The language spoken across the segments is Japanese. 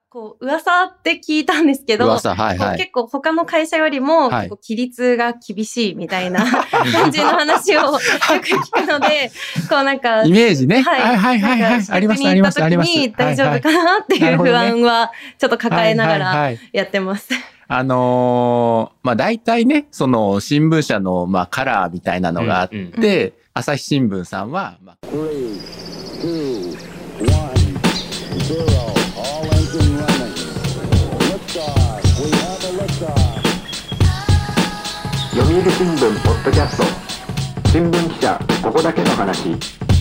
こう噂って聞いたんですけど、 噂、はいはい、 結構他の会社よりも結構規律が厳しいみたいな感じの話をよく聞くので、こうなんかイメージね、 はいはいはいはい、ありますありますあります。 大丈夫かなっていう不安はちょっと抱えながらやってます。 まあ大体ね、その新聞社のまあカラーみたいなのがあって、朝日新聞さんは、まあ、3、2、1、0、all engine running. Liftoff. We have a liftoff. 読売新聞ポッドキャスト。新聞記者ここだけの話。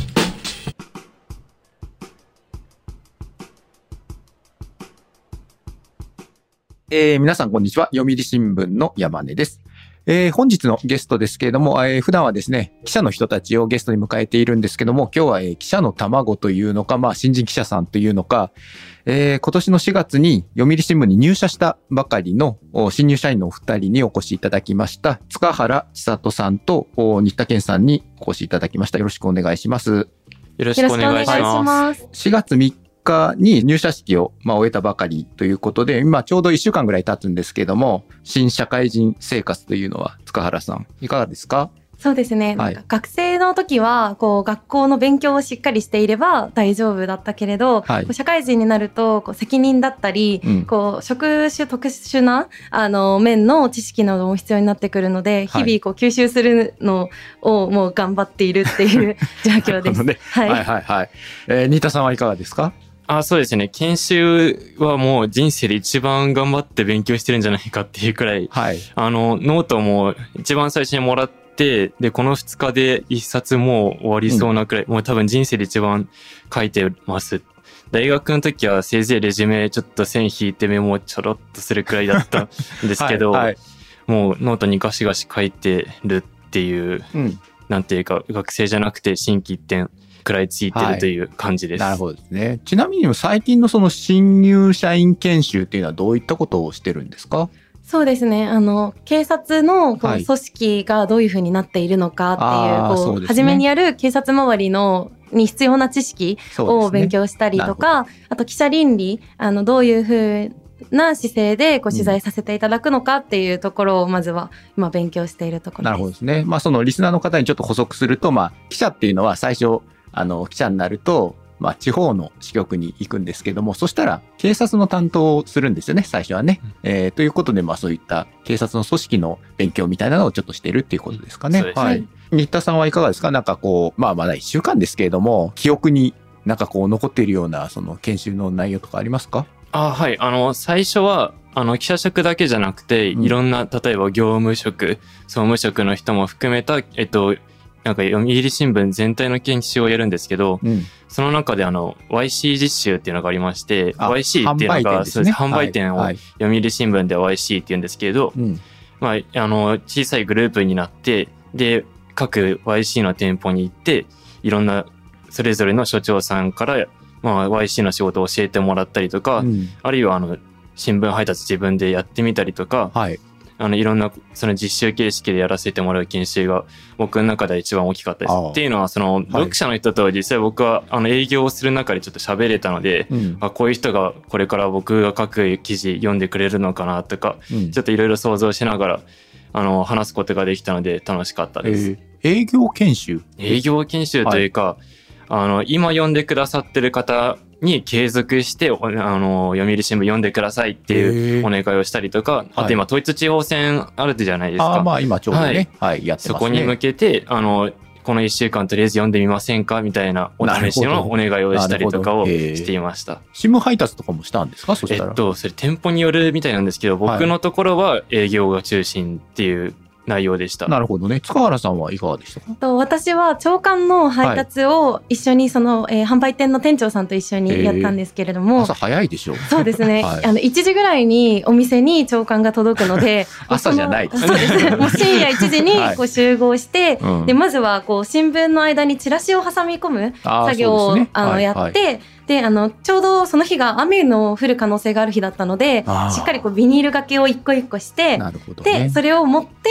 皆さんこんにちは。読売新聞の山根です。本日のゲストですけれども、普段はですね、記者の人たちをゲストに迎えているんですけども、今日は、記者の卵というのか、まあ、新人記者さんというのか、今年の4月に読売新聞に入社したばかりの新入社員のお二人にお越しいただきました。塚原千里さんと新田健さんにお越しいただきました。よろしくお願いします。 よろしくお願いします。 4月3日に入社式を終えたばかりということで、今ちょうど1週間ぐらい経つんですけども、新社会人生活というのは塚原さんいかがですか？ そうですね、なんか学生の時はこう学校の勉強をしっかりしていれば大丈夫だったけれど、社会人になるとこう責任だったり、こう職種特殊な面の知識なども必要になってくるので、日々こう吸収するのをもう頑張っているっていう状況です。 はいはいはい。新田さんはいかがですか？ そうですね。研修はもう人生で一番頑張って勉強してるんじゃないかっていうくらい、ノートも一番最初にもらって、で、この2日で1冊もう終わりそうなくらい、もう多分人生で一番書いてます。大学の時はせいぜいレジュメちょっと線引いてメモをちょろっとするくらいだったんですけど、もうノートにガシガシ書いてるっていう、なんていうか学生じゃなくて心機一転くらいついてるという感じです。 なるほどですね。ちなみに最近のその新入社員研修っていうのはどういったことをしてるんですか？ そうですね。警察のこう組織がどういうふうになっているのかっていう、初めにやる警察周りに必要な知識を勉強したりとか、あと記者倫理、どういうふうな姿勢で取材させていただくのかっていうところをまずは今勉強しているところです。 なるほどですね。まあそのリスナーの方にちょっと補足すると、まあ記者っていうのは最初記者になると、まあ地方の支局に行くんですけども、そしたら警察の担当をするんですよね、最初はね。ということで、まあそういった警察の組織の勉強みたいなのをちょっとしているっていうことですかね。はい。新田さんはいかがですか？なんかこう、まあまだ1週間ですけれども、記憶になんかこう残っているようなその研修の内容とかありますか？ はい。最初は、記者職だけじゃなくて、いろんな、例えば業務職、総務職の人も含めた、なんか読売新聞全体の研修をやるんですけど、その中でYC 実習っていうのがありまして、YC っていうのが、販売店を読売新聞で YC っていうんですけれど、まあ、小さいグループになって、で、各 YC の店舗に行って、いろんな、それぞれの所長さんから、まあ、YC の仕事を教えてもらったりとか、あるいは新聞配達自分でやってみたりとか、いろんなその実習形式でやらせてもらう研修が僕の中では一番大きかったです。っていうのは読者の人と実際僕は営業をする中でちょっと喋れたので、こういう人がこれから僕が書く記事読んでくれるのかなとか、ちょっといろいろ想像しながら話すことができたので楽しかったです。 営業研修というか、今読んでくださってる方に継続して読売新聞読んでくださいっていうお願いをしたりとか、あと今統一地方選あるじゃないですか。 まあ今ちょうどね、やってますね。 そこに向けてこの1週間とりあえず読んでみませんかみたいなお試しのお願いをしたりとかをしていました。 新聞配達とかもしたんですか？そしたらそれ店舗によるみたいなんですけど、僕のところは営業が中心っていう内容でした。 なるほどね。塚原さんはいかがでしたか？ 私は朝刊の配達を一緒に販売店の店長さんと一緒にやったんですけれども、 朝早いでしょう。 そうですね。1時ぐらいにお店に朝刊が届くので、 朝じゃないです。 そうですね。もう深夜1時に集合して、でまずは新聞の間にチラシを挟み込む作業をやって。でちょうどその日が雨の降る可能性がある日だったので、しっかりビニール掛けを一個一個して、でそれを持って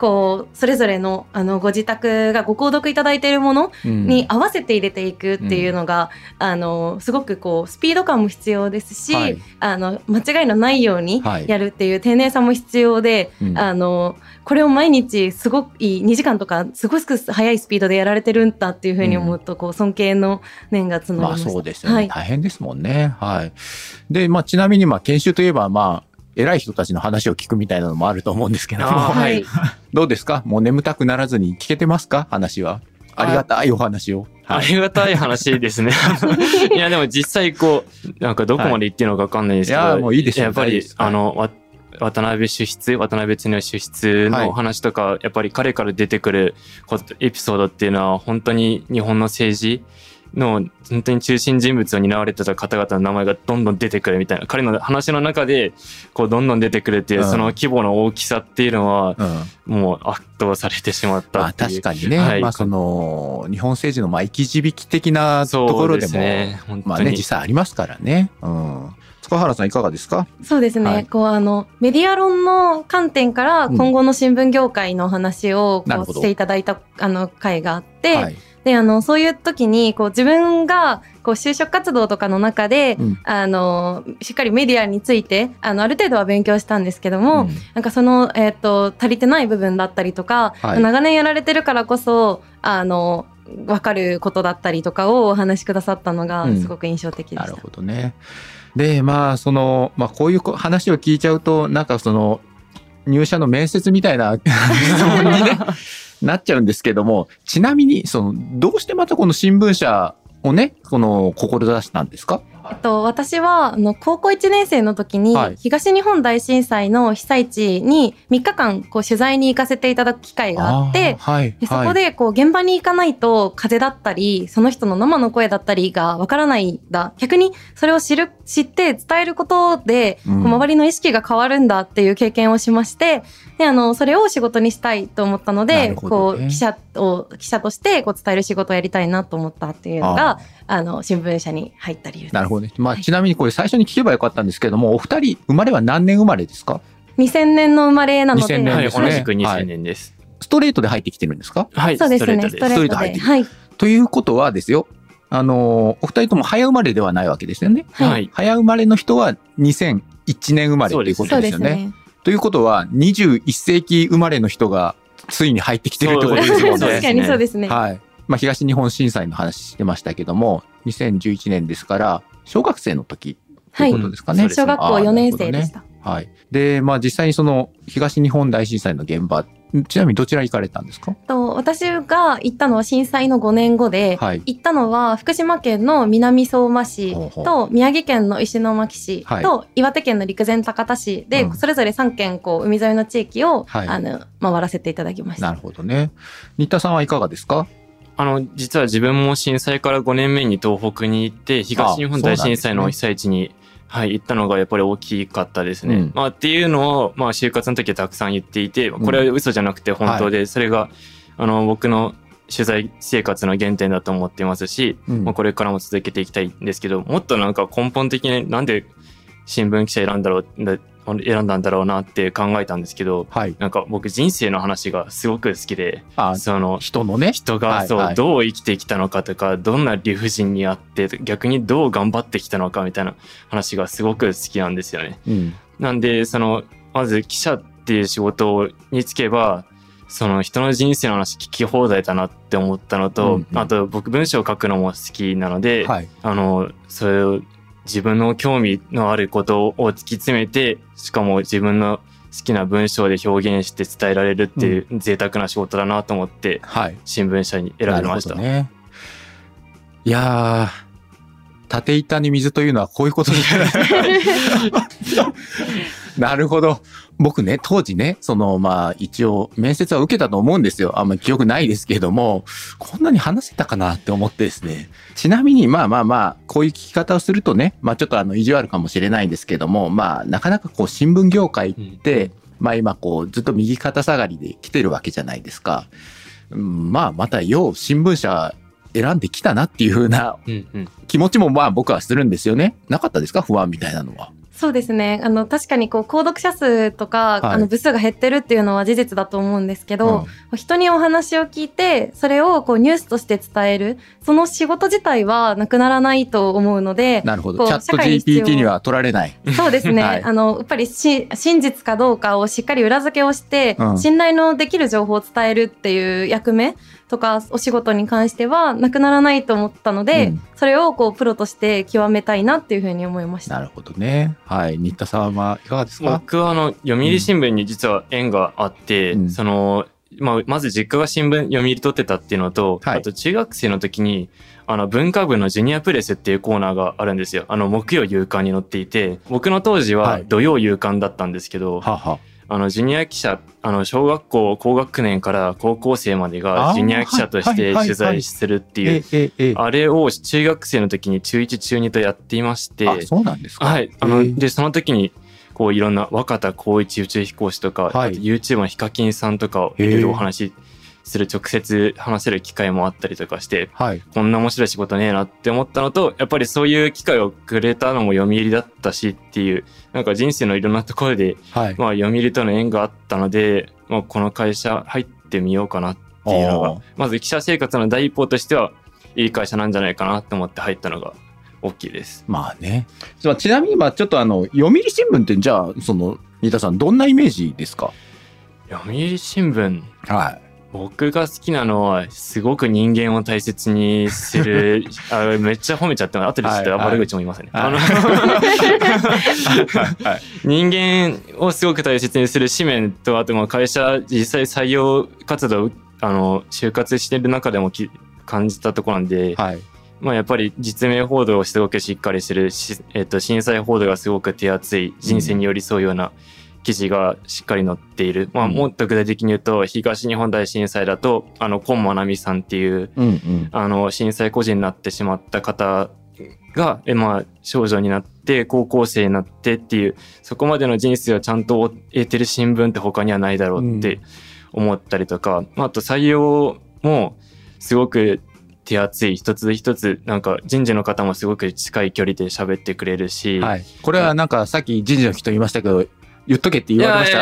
こうそれぞれのご自宅がご購読いただいているものに合わせて入れていくっていうのが、すごくこうスピード感も必要ですし、はい、間違いのないようにやるっていう丁寧さも必要で、これを毎日すごく2時間とかすごく速いスピードでやられてるんだっていうふうに思うと、こう尊敬の念が募りました。 そうですよね、はい、大変ですもんね。はい。で、ちなみに研修といえば偉い人たちの話を聞くみたいなのもあると思うんですけども、はい、どうですか？もう眠たくならずに聞けてますか？話は。ありがたいお話を。 はい、ありがたい話ですね。いや、でも実際どこまで言ってるのか分かんないですけど、 はい、いや、もういいですよ。 やっぱり、渡辺恒の主筆の話とか、やっぱり彼から出てくるエピソードっていうのは、本当に日本の政治の本当に中心人物を担われてた方々の名前がどんどん出てくるみたいな、彼の話の中でどんどん出てくるっていう、その規模の大きさっていうのは、もう圧倒されてしまったっていう。 確かにね、はい、その日本政治の生き字引的なところでもね、実際ありますからね。塚原さんいかがですか？ そうですね、はい、メディア論の観点から今後の新聞業界の話をしていただいた回があって、はい、でそういう時に自分が就職活動とかの中で、しっかりメディアについてある程度は勉強したんですけども、その、足りてない部分だったりとか、はい、長年やられてるからこそ分かることだったりとかをお話しくださったのがすごく印象的でした。 なるほどね。でこういう話を聞いちゃうと入社の面接みたいな質問に、ね、なっちゃうんですけども、ちなみにどうしてまたこの新聞社をね志したんですか？ 私は高校1年生の時に東日本大震災の被災地に3日間取材に行かせていただく機会があって、でそこで現場に行かないと風だったりその人の生の声だったりがわからないんだ、逆にそれを知って伝えることで周りの意識が変わるんだっていう経験をしまして、でそれを仕事にしたいと思ったので、記者として伝える仕事をやりたいなと思ったっていうのが新聞社に入った理由です。 なるほどね。ちなみにこれ最初に聞けばよかったんですけども、お二人生まれは何年生まれですか ？2000年の生まれなので。 2000年ですね。 同じく2000年です。 ストレートで入ってきてるんですか？ はい、 そうですね。 ストレートで入ってきてる。 はい。 ということはですよ、お二人とも早生まれではないわけですよね。 はい。 早生まれの人は2001年生まれということですよね。ということは21世紀生まれの人がついに入ってきてるってことですよね。 確かにそうですね。 はい。東日本震災の話してましたけども、2011年ですから小学生の時ということですかね。 はい、小学校4年生でした。 はい。で、実際に東日本大震災の現場、ちなみにどちら行かれたんですか？ 私が行ったのは震災の5年後で、はい、行ったのは福島県の南相馬市と宮城県の石巻市と岩手県の陸前高田市で、それぞれ3県海沿いの地域を、回らせていただきました。 なるほどね。新田さんはいかがですか？ 実は自分も震災から5年目に東北に行って東日本大震災の被災地に行ったのがやっぱり大きかったですね。っていうのを就活の時はたくさん言っていて、これは嘘じゃなくて本当で、それが僕の取材生活の原点だと思ってますし、これからも続けていきたいんですけど、もっと根本的になんで新聞記者選んだんだろうなって考えたんですけど、僕人生の話がすごく好きで、人がどう生きてきたのかとか、どんな理不尽にあって逆にどう頑張ってきたのかみたいな話がすごく好きなんですよね。なんでまず記者っていう仕事に就けば人の人生の話聞き放題だなって思ったのと、あと僕文章を書くのも好きなので、それを自分の興味のあることを突き詰めて、しかも自分の好きな文章で表現して伝えられるっていう贅沢な仕事だなと思って、新聞社に選びました。 ね、いやー、縦板に水というのはこういうことじゃないなるほど。僕ね、当時ね、一応面接は受けたと思うんですよ。あんまり記憶ないですけれども、こんなに話せたかなって思ってですね。ちなみにこういう聞き方をするとね、ちょっと意地悪かもしれないんですけども、なかなか新聞業界って、今ずっと右肩下がりで来てるわけじゃないですか。また新聞社選んできたなっていう風な気持ちも僕はするんですよね。なかったですか？不安みたいなのは。 そうですね。確かに購読者数とか、部数が減ってるっていうのは事実だと思うんですけど、人にお話を聞いて、それをニュースとして伝える、その仕事自体はなくならないと思うので。 なるほど。チャット GPT には取られない。 そうですね。やっぱり真実かどうかをしっかり裏付けをして、信頼のできる情報を伝えるっていう役目とかお仕事に関してはなくならないと思ったので、それをプロとして極めたいなっていうふうに思いました。 なるほどね。はい。新田さんはいかがですか？ 僕は読売新聞に実は縁があって、まず実家が新聞読売取ってたっていうのと、あと中学生の時に文化部のジュニアプレスっていうコーナーがあるんですよ。木曜夕刊に載っていて、僕の当時は土曜夕刊だったんですけど、ジュニア記者、小学校高学年から高校生までがジュニア記者として取材するっていう、あれを中学生の時に中1中2とやっていまして、 そうなんですか？ はい。で、その時に、いろんな若田光一宇宙飛行士とか、あと YouTube のヒカキンさんとかをいろいろお話しする、直接話せる機会もあったりとかして、こんな面白い仕事ねえなって思ったのと、やっぱりそういう機会をくれたのも読売だったしっていう、なんか人生のいろんなところで、読売との縁があったので、この会社入ってみようかなっていうのが、まず記者生活の第一歩としてはいい会社なんじゃないかなと思って入ったのが大きいです。 まあね。ちなみにちょっと読売新聞ってじゃあ新田さんどんなイメージですか？ 読売新聞、僕が好きなのはすごく人間を大切にするめっちゃ褒めちゃって後でちょっと悪口も言いますね。人間をすごく大切にする紙面と、あと会社実際採用活動就活してる中でも感じたところなんで、やっぱり実名報道をすごくしっかりする震災報道がすごく手厚い、人生に寄り添うような記事がしっかり載っている。もっと具体的に言うと、東日本大震災だと、今真奈美さんっていう、震災孤児になってしまった方が、少女になって、高校生になってっていう、そこまでの人生をちゃんと追えてる新聞って他にはないだろうって思ったりとか、あと採用もすごく手厚い、一つ一つ、なんか人事の方もすごく近い距離で喋ってくれるし。 これはなんかさっき人事の人言いましたけど、言っとけって言われました。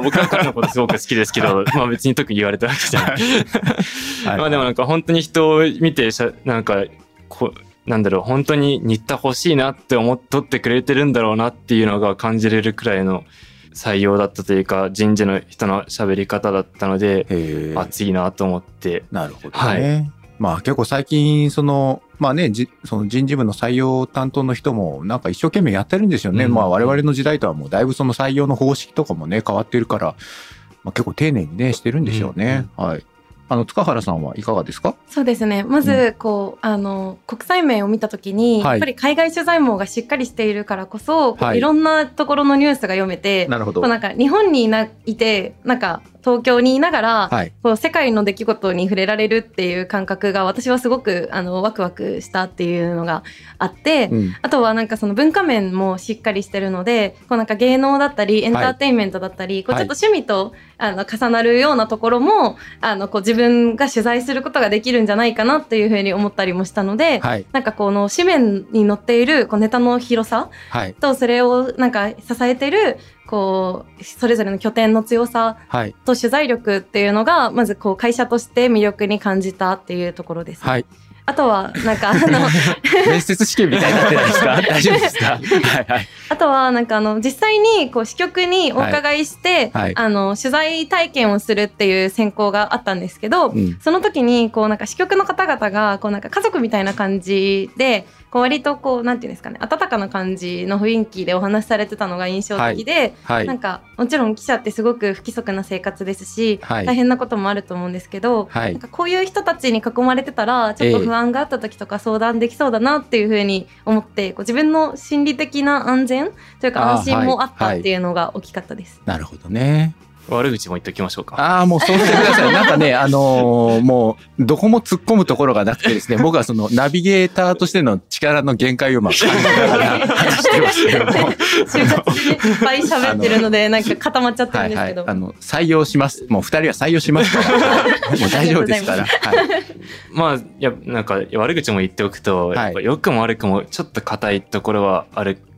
僕は彼のことすごく好きですけど、別に特に言われたわけじゃない。でもなんか本当に人を見て、なんか本当に新田欲しいなって取ってくれてるんだろうなっていうのが感じれるくらいの採用だったというか、人事の人の喋り方だったので、熱いなと思って。 なるほどね。結構最近その人事部の採用担当の人もなんか一生懸命やってるんですよね。我々の時代とはもうだいぶその採用の方式とかもね変わってるから、結構丁寧にねしてるんでしょうね。塚原さんはいかがですか？ そうですね。まず国際面を見たときに、やっぱり海外取材網がしっかりしているからこそ、いろんなところのニュースが読めて、なんか日本にいてなんか東京にいながら、世界の出来事に触れられるっていう感覚が私はすごくワクワクしたっていうのがあって、あとはなんかその文化面もしっかりしてるので、なんか芸能だったりエンターテインメントだったり、ちょっと趣味と重なるようなところも自分が取材することができるんじゃないかなっていうふうに思ったりもしたので、なんかこの紙面に載っているネタの広さと、それをなんか支えてるそれぞれの拠点の強さと取材力っていうのがまず会社として魅力に感じたっていうところです。あとはなんか面接試験みたいになってないですか？大丈夫ですか？ あとはなんか実際に支局にお伺いして、取材体験をするっていう選考があったんですけど、その時になんか支局の方々がなんか家族みたいな感じで割となんていうんですかね、温かな感じの雰囲気でお話しされてたのが印象的で、なんかもちろん記者ってすごく不規則な生活ですし、大変なこともあると思うんですけど、なんかこういう人たちに囲まれてたらちょっと不安があった時とか相談できそうだなっていうふうに思って、自分の心理的な安全というか安心もあったっていうのが大きかったです。 なるほどね。 悪口も言っておきましょうか。 もうそうしてください。なんかね、もうどこも突っ込むところがなくてですね、僕はそのナビゲーターとしての力の限界を感じながら話してますけども、 就活でいっぱい喋ってるのでなんか固まっちゃってるんですけど、 採用します。もう2人は採用しますからもう大丈夫ですから。 なんか悪口も言っておくと、やっぱ良くも悪くもちょっと硬いところはある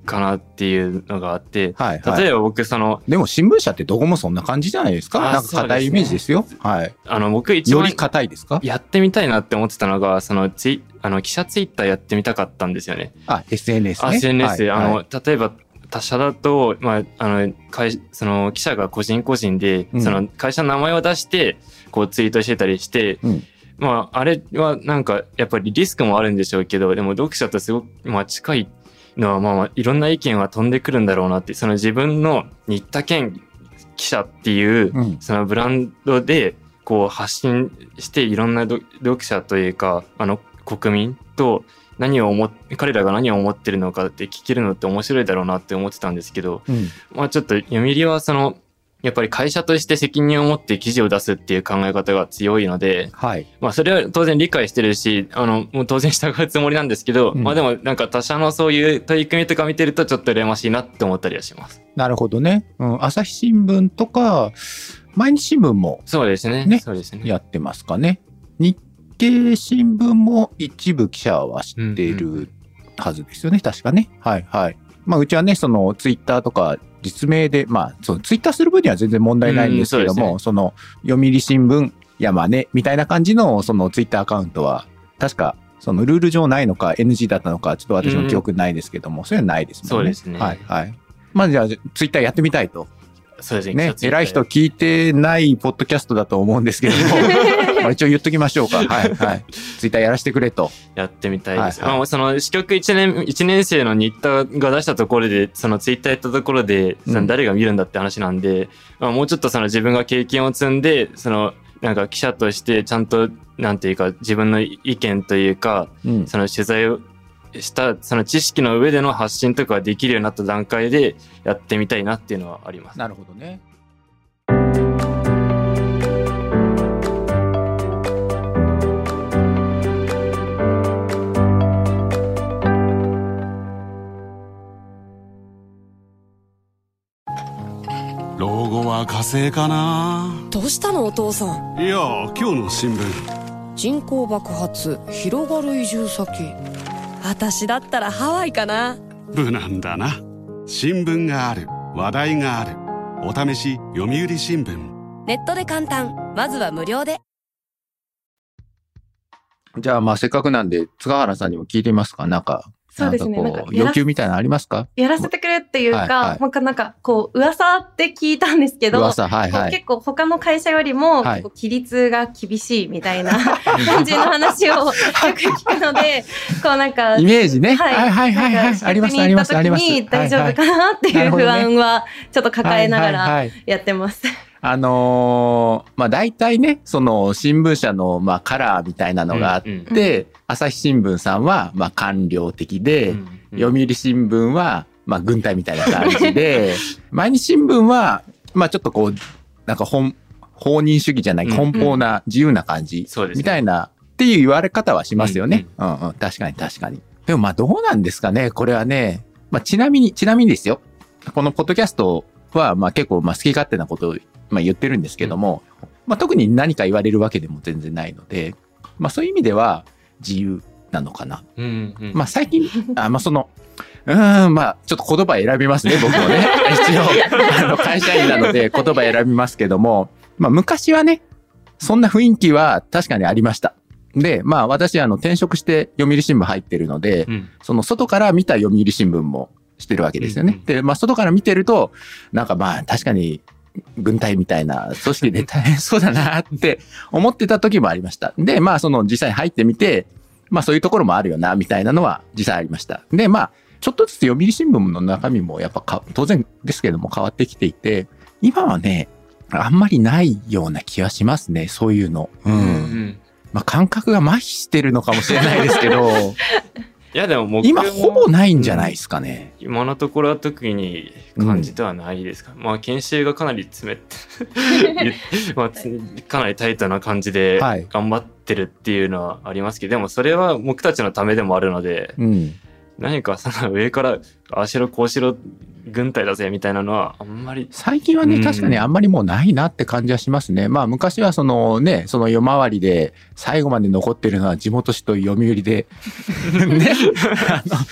かなっていうのがあって、 はいはい、 例えば僕でも新聞社ってどこもそんな感じじゃないですか。なんか硬いイメージですよ。はい。 僕一番より硬いですか。 やってみたいなって思ってたのが記者ツイッターやってみたかったんですよね。 SNS ね。 SNS、 はい、 例えば他社だと、その記者が個人個人で、その会社の名前を出してこうツイートしてたりして、あれはなんかやっぱりリスクもあるんでしょうけど、でも読者とすごく近いのはいろんな意見は飛んでくるんだろうなって、その自分の新田健記者っていうそのブランドでこう発信していろんな読者というか国民と彼らが何を思ってるのかって聞けるのって面白いだろうなって思ってたんですけど、ちょっと読売はやっぱり会社として責任を持って記事を出すっていう考え方が強いので、はい、それは当然理解してるし、もう当然従うつもりなんですけど、でもなんか他社のそういう取り組みとか見てるとちょっと羨ましいなって思ったりはします。 なるほどね。朝日新聞とか毎日新聞もそうですね。そうですね。 やってますかね。日経新聞も一部記者は知っているはずですよね。確かね。はいはい。うちはね、そのツイッターとか実名で、そのツイッターする分には全然問題ないんですけども、その読売新聞山根みたいな感じのそのツイッターアカウントは確かそのルール上ないのか NG だったのかちょっと私も記憶ないですけども、そういうのはないですもんね。 そうですね。 はいはい。じゃあツイッターやってみたいと。 そうですね。 偉い人聞いてないポッドキャストだと思うんですけれども、一応言っときましょうか。はいはい。ツイッターやらせてくれと。 やってみたいです。その支局1年生の新田が出したところで、そのツイッターやったところで、誰が見るんだって話なんで、もうちょっと自分が経験を積んで、なんか記者としてちゃんと、なんていうか、自分の意見というか、その取材をしたその知識の上での発信とかができるようになった段階でやってみたいなっていうのはあります。 なるほどね。 老後は火星かな。 どうしたのお父さん。 いや今日の新聞、 人口爆発広がる移住先。私だったらハワイかな。 無難だな。新聞がある、話題がある。お試し読売新聞。 ネットで簡単、まずは無料で。 じゃあせっかくなんで塚原さんにも聞いてみますか。なんかそうですね。なんか要求みたいなのありますか？ やらせてくれっていうか、なんかこう噂って聞いたんですけど、 噂、はいはい、 結構他の会社よりも結構規律が厳しいみたいな感じの話をよく聞くので、こうなんかイメージね。 はいはいはいはい。ありますありますあります。大丈夫かなっていう不安はちょっと抱えながらやってます。 大体ね、その新聞社のカラーみたいなのがあって、朝日新聞さんは官僚的で、読売新聞は軍隊みたいな感じで、毎日新聞はちょっとこうなんか放任主義じゃない奔放な自由な感じみたいなっていう言われ方はしますよね。確かに確かに。でもどうなんですかね。これはね、ちなみにですよ。このポッドキャストは結構好き勝手なことを言ってるんですけども、特に何か言われるわけでも全然ないので、そういう意味では自由なのかな。最近ちょっと言葉選びますね、僕もね。一応会社員なので言葉選びますけども、昔はね、そんな雰囲気は確かにありました。で、私転職して読売新聞入ってるので、その外から見た読売新聞もしてるわけですよね。で、外から見てると、なんか確かに軍隊みたいな組織で大変そうだなって思ってた時もありました。で、実際入ってみて、そういうところもあるよな、みたいなのは実際ありました。で、ちょっとずつ読売新聞の中身もやっぱ当然ですけども変わってきていて、今はね、あんまりないような気はしますね、そういうの。感覚が麻痺してるのかもしれないですけど、 いやでも今ほぼないんじゃないですかね。 今のところは特に感じてはないですか。研修がかなりかなりタイトな感じで頑張ってるっていうのはありますけど、でもそれは僕たちのためでもあるので、何か上からああしろこうしろ軍隊だぜみたいなのはあんまり最近はね、確かにあんまりもうないなって感じはしますね。昔はその夜回りで最後まで残ってるのは地元紙と読売でね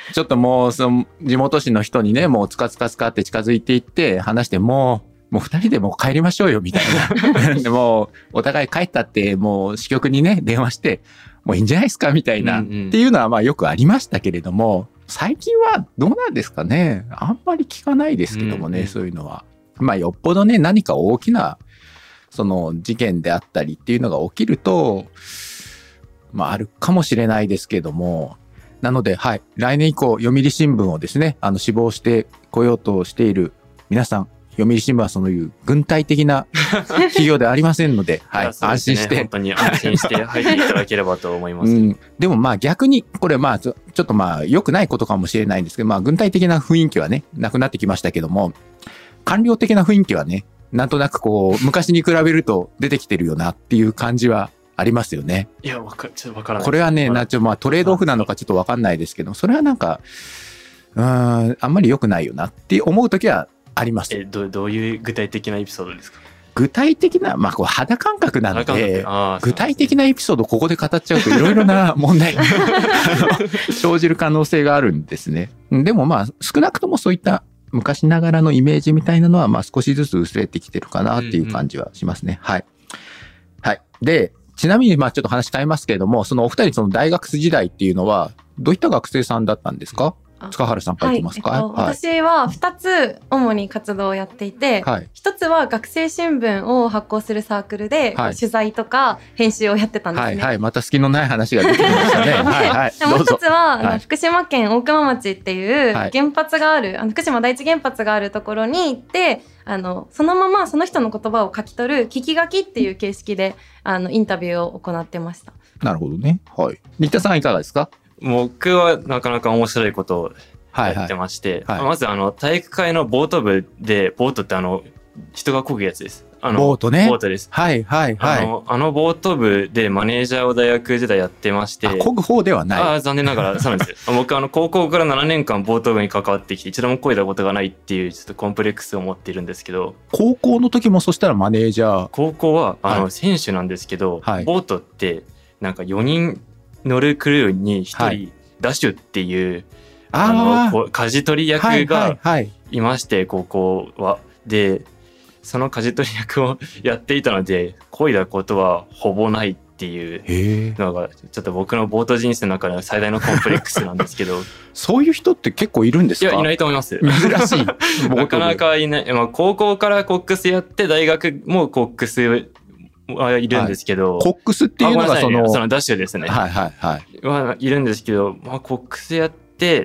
ちょっともうその地元紙の人にね、もうつかつかつかって近づいていって話して、もう二人でもう帰りましょうよみたいな。でもお互い帰ったってもう支局にね電話してもういいんじゃないですかみたいな、っていうのはまあよくありましたけれども、最近はどうなんですかね。あんまり聞かないですけどもね、そういうのは。まあよっぽどね何か大きなその事件であったりっていうのが起きると、まああるかもしれないですけども、なのではい、来年以降読売新聞をですね志望してこようとしている皆さん、読売新聞はそういう軍隊的な企業ではありませんので、はい、安心して本当に安心して入っていただければと思います。 でもまあ逆にこれまあちょっとまあ良くないことかもしれないんですけど、まあ軍隊的な雰囲気はねなくなってきましたけども、官僚的な雰囲気はねなんとなくこう昔に比べると出てきてるよなっていう感じはありますよね。 いやちょっとわからない。 これはねまあトレードオフなのかちょっとわかんないですけど、それはなんかあんまり良くないよなって思う時はあります。 どういう具体的なエピソードですか？ 具体的な、まあこう肌感覚なので、具体的なエピソードここで語っちゃうといろいろな問題が生じる可能性があるんですね。でもまあ少なくともそういった昔ながらのイメージみたいなのはまあ少しずつ薄れてきてるかなっていう感じはしますね。はい。はい。で、ちなみにまあちょっと話変えますけれども、そのお二人その大学時代っていうのはどういった学生さんだったんですか？塚原さんからいきますか？ 私は2つ主に活動をやっていて、1つは学生新聞を発行するサークルで、取材とか編集をやってたんですね。 また隙のない話が出てきましたね。 もう1つは、福島県大熊町っていう原発がある、福島第一原発があるところに行って、そのままその人の言葉を書き取る聞き書きっていう形式でインタビューを行ってました。 なるほどね。はい。新田さんいかがですか？ 僕はなかなか面白いことをやってまして、まず体育会のボート部で、ボートって人が漕ぐやつです。 ボートね。 ボートです。ボート部でマネージャーを大学時代やってまして。 漕ぐ方ではない。 残念ながらそうなんですよ。僕高校から7年間ボート部に関わってきて一度も漕いだことがないっていうちょっとコンプレックスを持っているんですけど。 高校の時もそしたらマネージャー。 高校は選手なんですけど、ボートってなんか4人乗るクルーに1人ダッシュっていう、舵取り役がいまして、高校は。で、その舵取り役をやっていたので、漕いだことはほぼないっていうのが、ちょっと僕のボート人生の中で最大のコンプレックスなんですけど。 そういう人って結構いるんですか？ いや、いないと思います。 珍しい。 なかなかいない。高校からコックスやって、大学もコックスはいるんですけど、 コックスっていうのがそのダッシュですね。いるんですけど、コックスやって、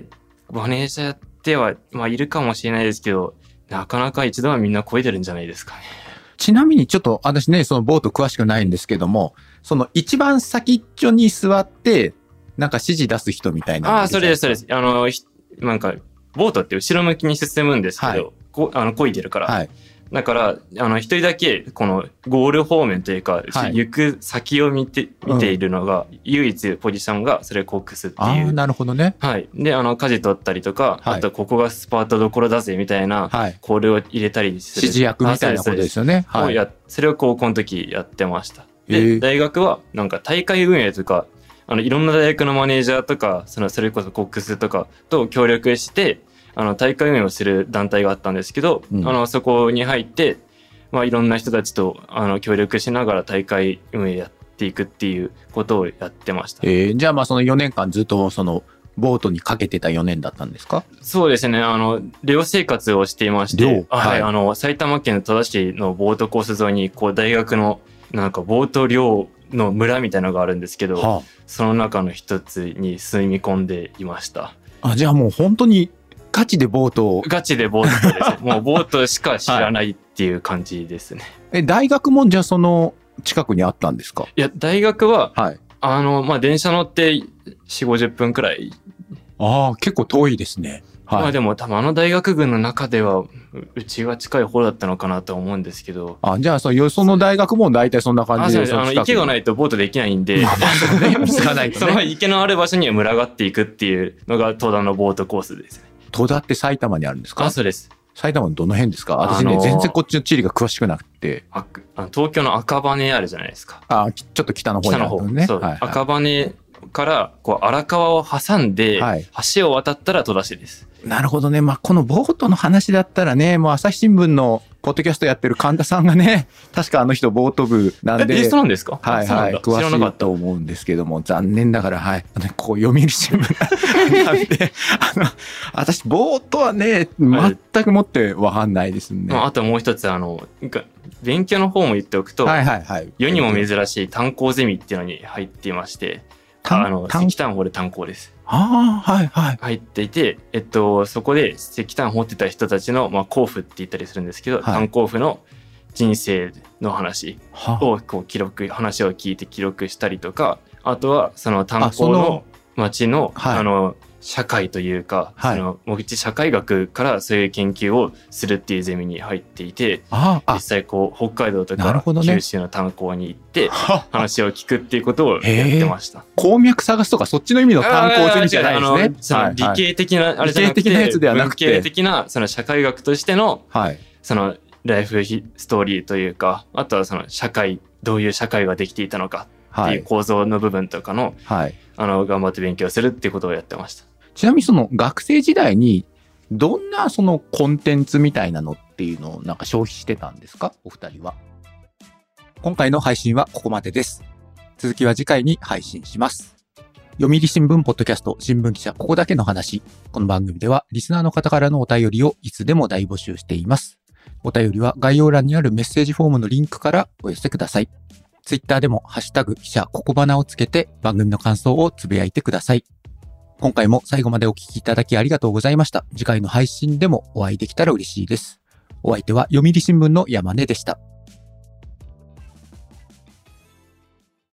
マネージャーやっては、いるかもしれないですけど、なかなか一度はみんな漕いでるんじゃないですかね。 ちなみにちょっと私ね、そのボート詳しくないんですけども、その一番先っちょに座って、なんか指示出す人みたいな。 それです、それです。なんか、ボートって後ろ向きに進むんですけど、漕いでるから。だから、一人だけ、このゴール方面というか、行く先を見ているのが、唯一ポジションが、それコックスっていう。 なるほどね。 はい。で、舵取ったりとか、あと、ここがスパートどころだぜ、みたいな、コールを入れたりする。 指示役みたいなことですよね。 それを高校の時やってました。で、大学は、なんか大会運営とか、いろんな大学のマネージャーとか、それこそコックスとかと協力して、大会運営をする団体があったんですけど、そこに入って、いろんな人たちと協力しながら大会運営やっていくっていうことをやってました。 じゃあその4年間ずっとそのボートにかけてた4年だったんですか？ そうですね。寮生活をしていまして、埼玉県戸田市のボートコース沿いに大学のなんかボート寮の村みたいなのがあるんですけど、その中の一つに住み込んでいました。 じゃあもう本当にガチでボートです。もうボートしか知らないっていう感じですね。 大学もじゃあその近くにあったんですか？ いや、大学は、電車乗って4、50分くらい。 結構遠いですね。 でも多分大学群の中ではうちが近い方だったのかなと思うんですけど。 じゃあその大学も大体そんな感じで。 池がないとボートできないんで、その池のある場所には群がっていくっていうのが戸田のボートコースですね。 戸田って埼玉にあるんですか？ そうです。 埼玉のどの辺ですか？私ね、全然こっちの地理が詳しくなくて。 東京の赤羽あるじゃないですか。 ちょっと北の方にあるのね。 赤羽からこう荒川を挟んで橋を渡ったら戸田市です。 なるほどね。まあ、このボートの話だったらね、もう朝日新聞のポッドキャストやってる神田さんがね、確かあの人ボート部なんで。 そうなんですか？ はいはい。詳しいと思うんですけども、残念ながら、はい。こう、読売新聞なんで、私、ボートはね、全くもってわかんないですね。 あともう一つ、勉強の方も言っておくと、世にも珍しい炭鉱ゼミっていうのに入っていまして、石炭掘る炭鉱です。入っていて、そこで石炭掘ってた人たちの、鉱夫って言ったりするんですけど、炭鉱夫の人生の話をこう話を聞いて記録したりとか、あとはその炭鉱の町の、社会というか、そのもう一社会学からそういう研究をするっていうゼミに入っていて、実際こう北海道とか九州の炭鉱に行って話を聞くっていうことをやってました。 鉱脈探すとかそっちの意味の炭鉱ゼミじゃないですね。 その理系的なあれじゃなくて、文系的なその社会学としてのそのライフストーリーというか、あとはその社会、どういう社会ができていたのかっていう構造の部分とかの頑張って勉強するっていうことをやってました。 ちなみにその学生時代にどんなそのコンテンツみたいなのっていうのをなんか消費してたんですか、お二人は。今回の配信はここまでです。続きは次回に配信します。読売新聞ポッドキャスト新聞記者ここだけの話。この番組ではリスナーの方からのお便りをいつでも大募集しています。お便りは概要欄にあるメッセージフォームのリンクからお寄せください。ツイッターでもハッシュタグ記者ここばなをつけて番組の感想をつぶやいてください。今回も最後までお聞きいただきありがとうございました。次回の配信でもお会いできたら嬉しいです。お相手は読売新聞の山根でした。